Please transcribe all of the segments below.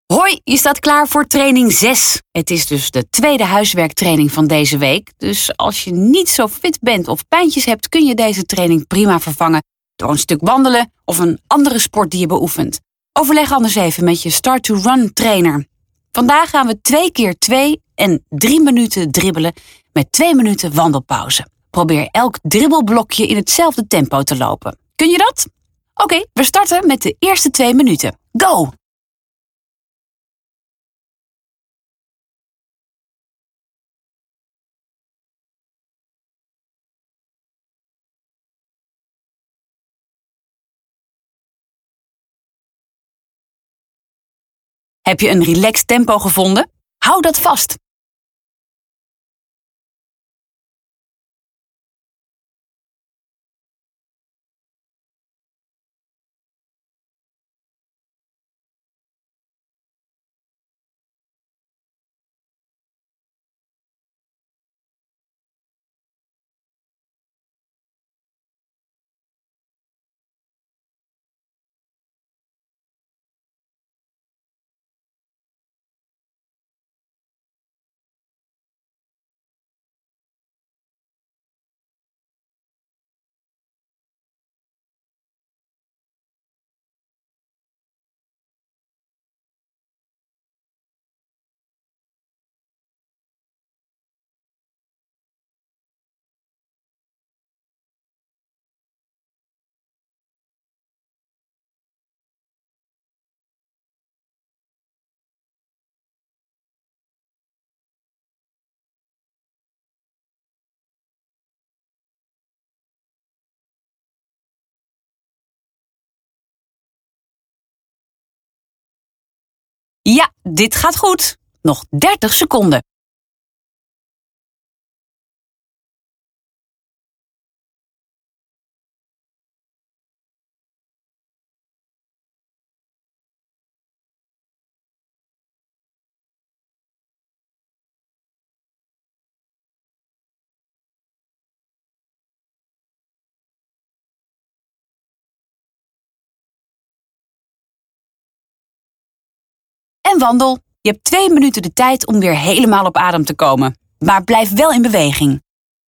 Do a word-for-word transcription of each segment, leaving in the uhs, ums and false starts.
Hoi, je staat klaar voor training zes. Het is dus de tweede huiswerktraining van deze week. Dus als je niet zo fit bent of pijntjes hebt, kun je deze training prima vervangen door een stuk wandelen of een andere sport die je beoefent. Overleg anders even met je Start to Run trainer. Vandaag gaan we twee keer twee en drie minuten dribbelen met twee minuten wandelpauze. Probeer elk dribbelblokje in hetzelfde tempo te lopen. Kun je dat? Oké, okay, we starten met de eerste twee minuten. Go! Heb je een relaxed tempo gevonden? Hou dat vast. Ja, dit gaat goed. Nog dertig seconden. En wandel. Je hebt twee minuten de tijd om weer helemaal op adem te komen. Maar blijf wel in beweging.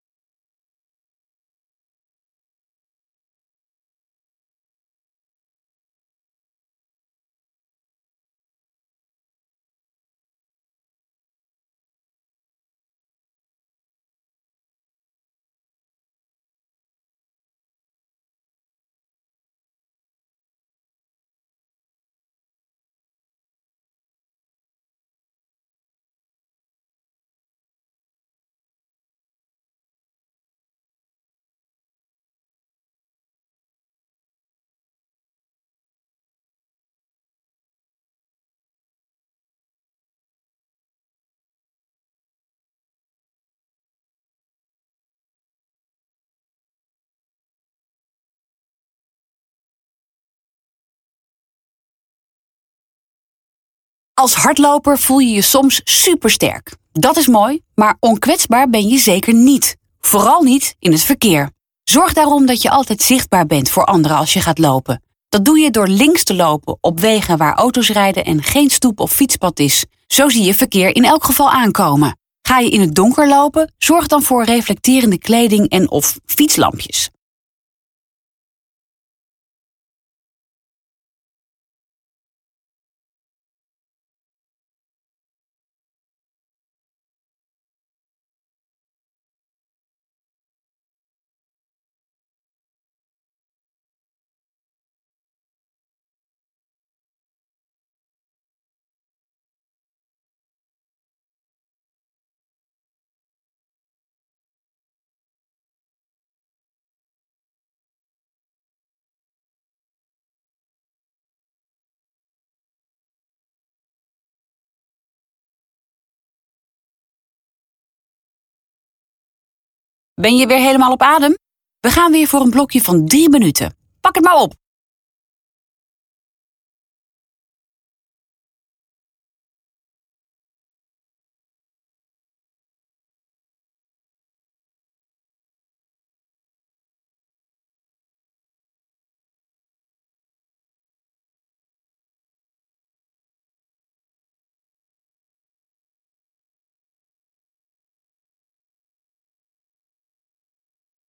Als hardloper voel je je soms supersterk. Dat is mooi, maar onkwetsbaar ben je zeker niet. Vooral niet in het verkeer. Zorg daarom dat je altijd zichtbaar bent voor anderen als je gaat lopen. Dat doe je door links te lopen op wegen waar auto's rijden en geen stoep of fietspad is. Zo zie je verkeer in elk geval aankomen. Ga je in het donker lopen, zorg dan voor reflecterende kleding en of fietslampjes. Ben je weer helemaal op adem? We gaan weer voor een blokje van drie minuten. Pak het maar op!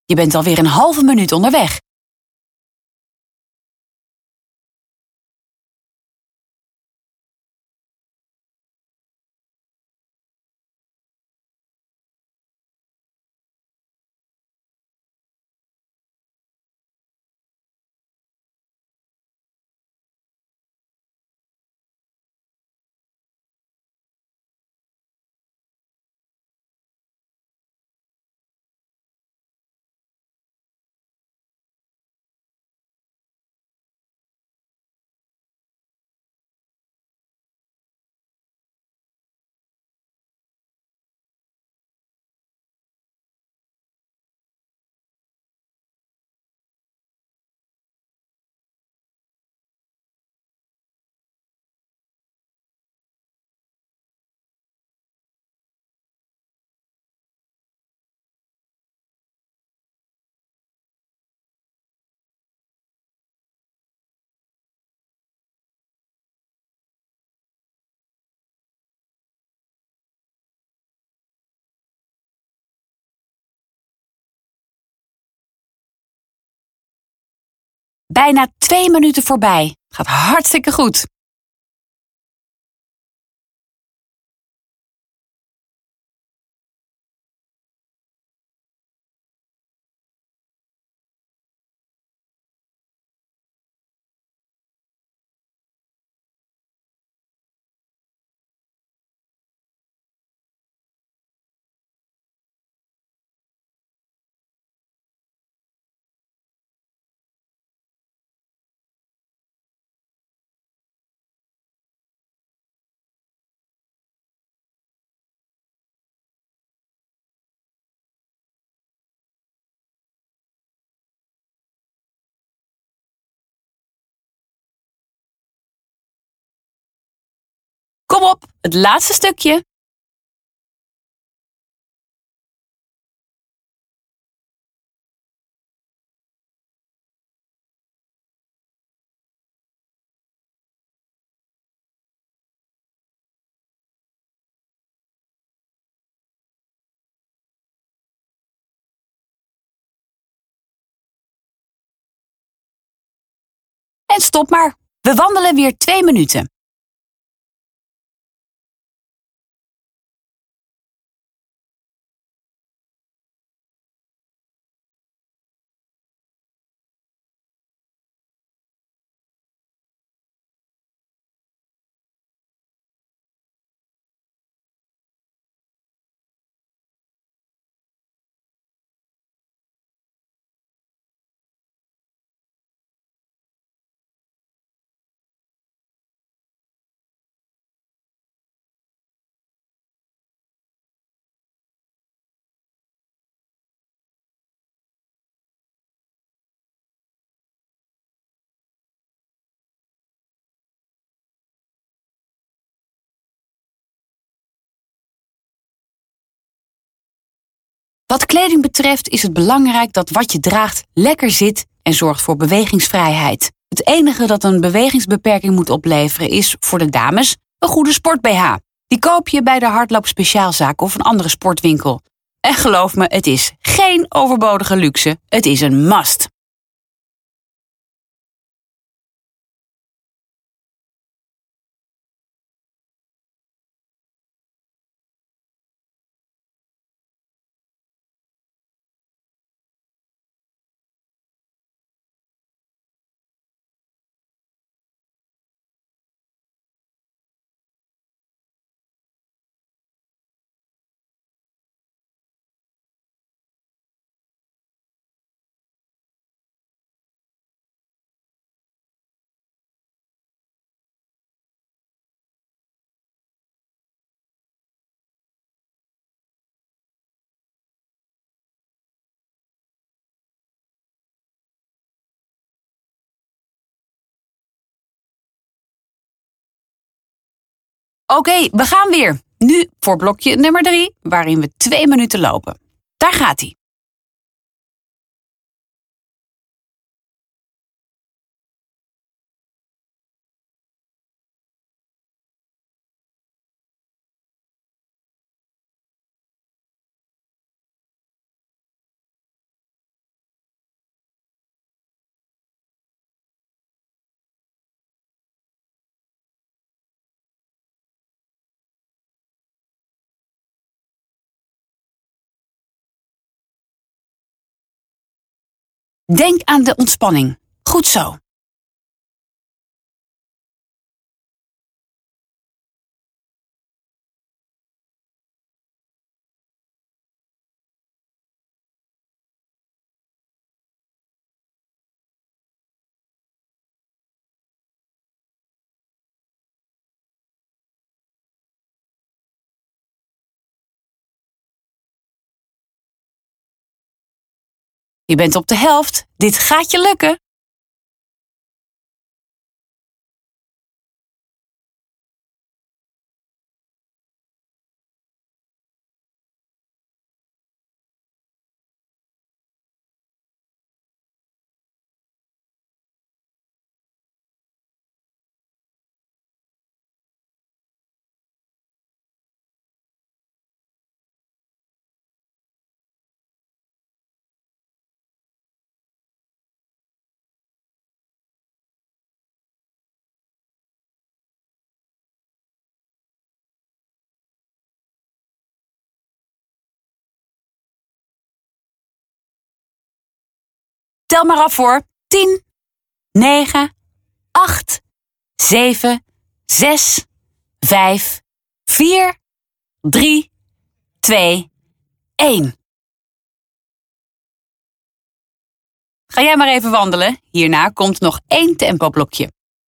Je bent alweer een halve minuut onderweg. Bijna twee minuten voorbij. Gaat hartstikke goed. Kom op, het laatste stukje. En stop maar. We wandelen weer twee minuten. Wat kleding betreft is het belangrijk dat wat je draagt lekker zit en zorgt voor bewegingsvrijheid. Het enige dat een bewegingsbeperking moet opleveren is, voor de dames, een goede sport-B H. Die koop je bij de hardloopspeciaalzaak of een andere sportwinkel. En geloof me, het is geen overbodige luxe. Het is een must. Oké, we gaan weer. Nu voor blokje nummer drie, waarin we twee minuten lopen. Daar gaat-ie. Denk aan de ontspanning. Goed zo. Je bent op de helft. Dit gaat je lukken. Tel maar af voor. tien, negen, acht, zeven, zes, vijf, vier, drie, twee, één. Ga jij maar even wandelen. Hierna komt nog één tempoblokje.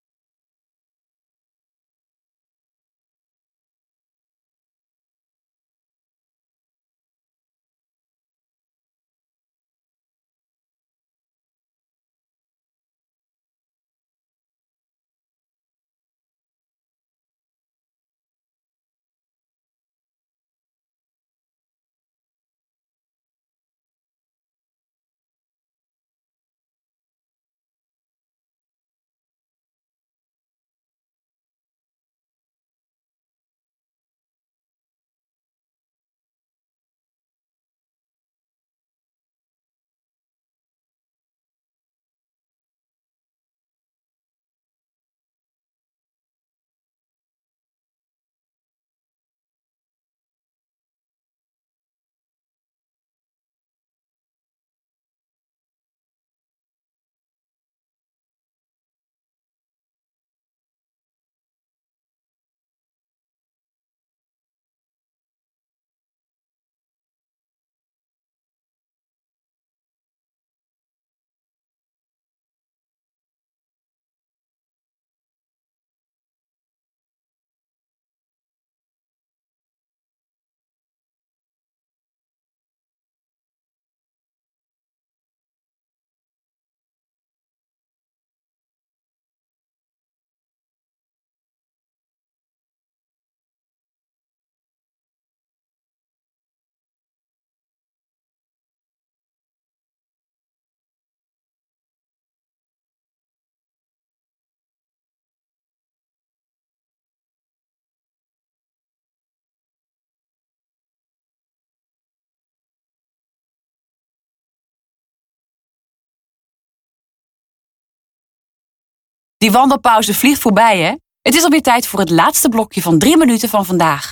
Die wandelpauze vliegt voorbij, hè? Het is alweer tijd voor het laatste blokje van drie minuten van vandaag.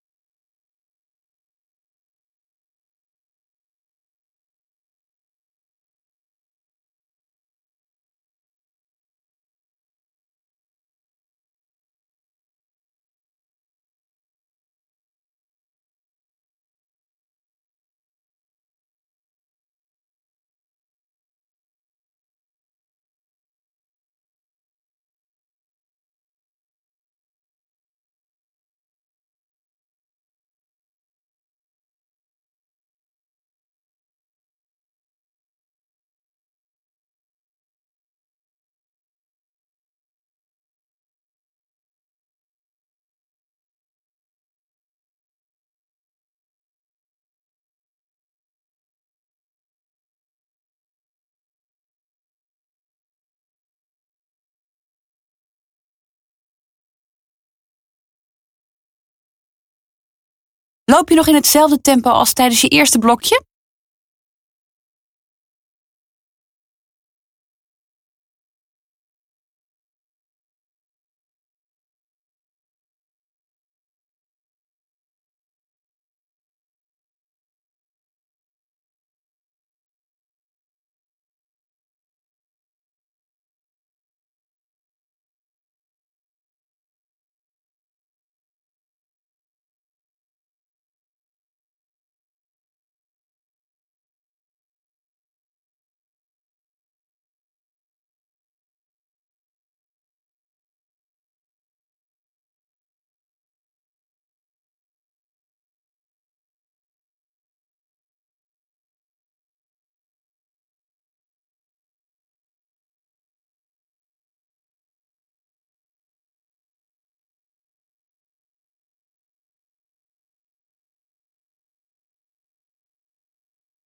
Loop je nog in hetzelfde tempo als tijdens je eerste blokje?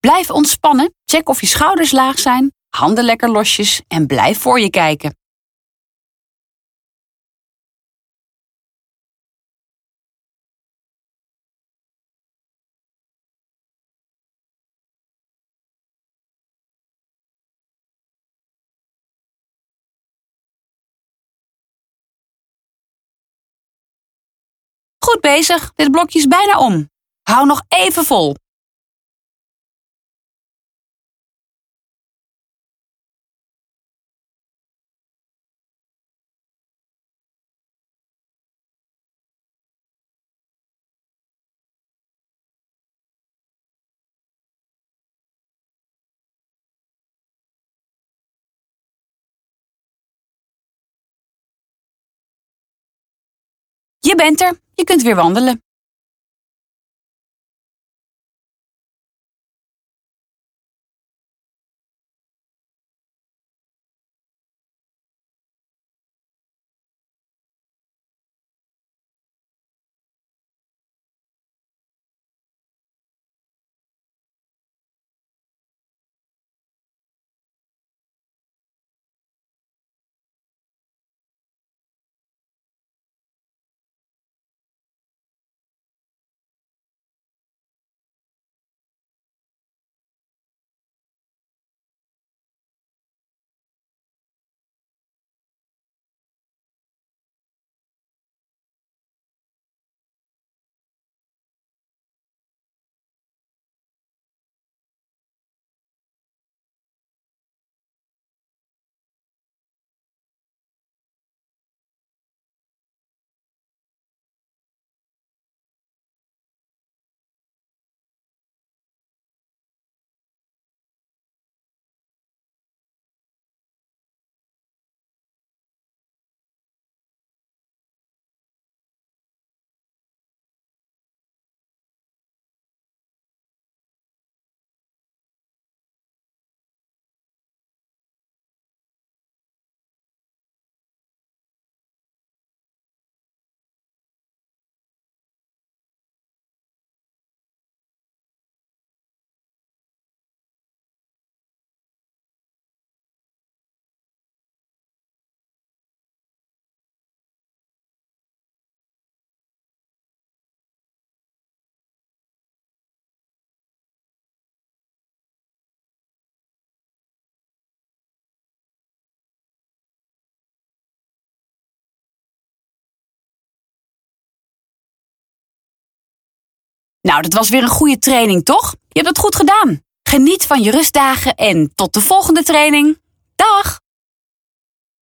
Blijf ontspannen, check of je schouders laag zijn, handen lekker losjes en blijf voor je kijken. Goed bezig, dit blokje is bijna om. Hou nog even vol. Je bent er, je kunt weer wandelen. Nou, dat was weer een goede training, toch? Je hebt het goed gedaan. Geniet van je rustdagen en tot de volgende training. Dag!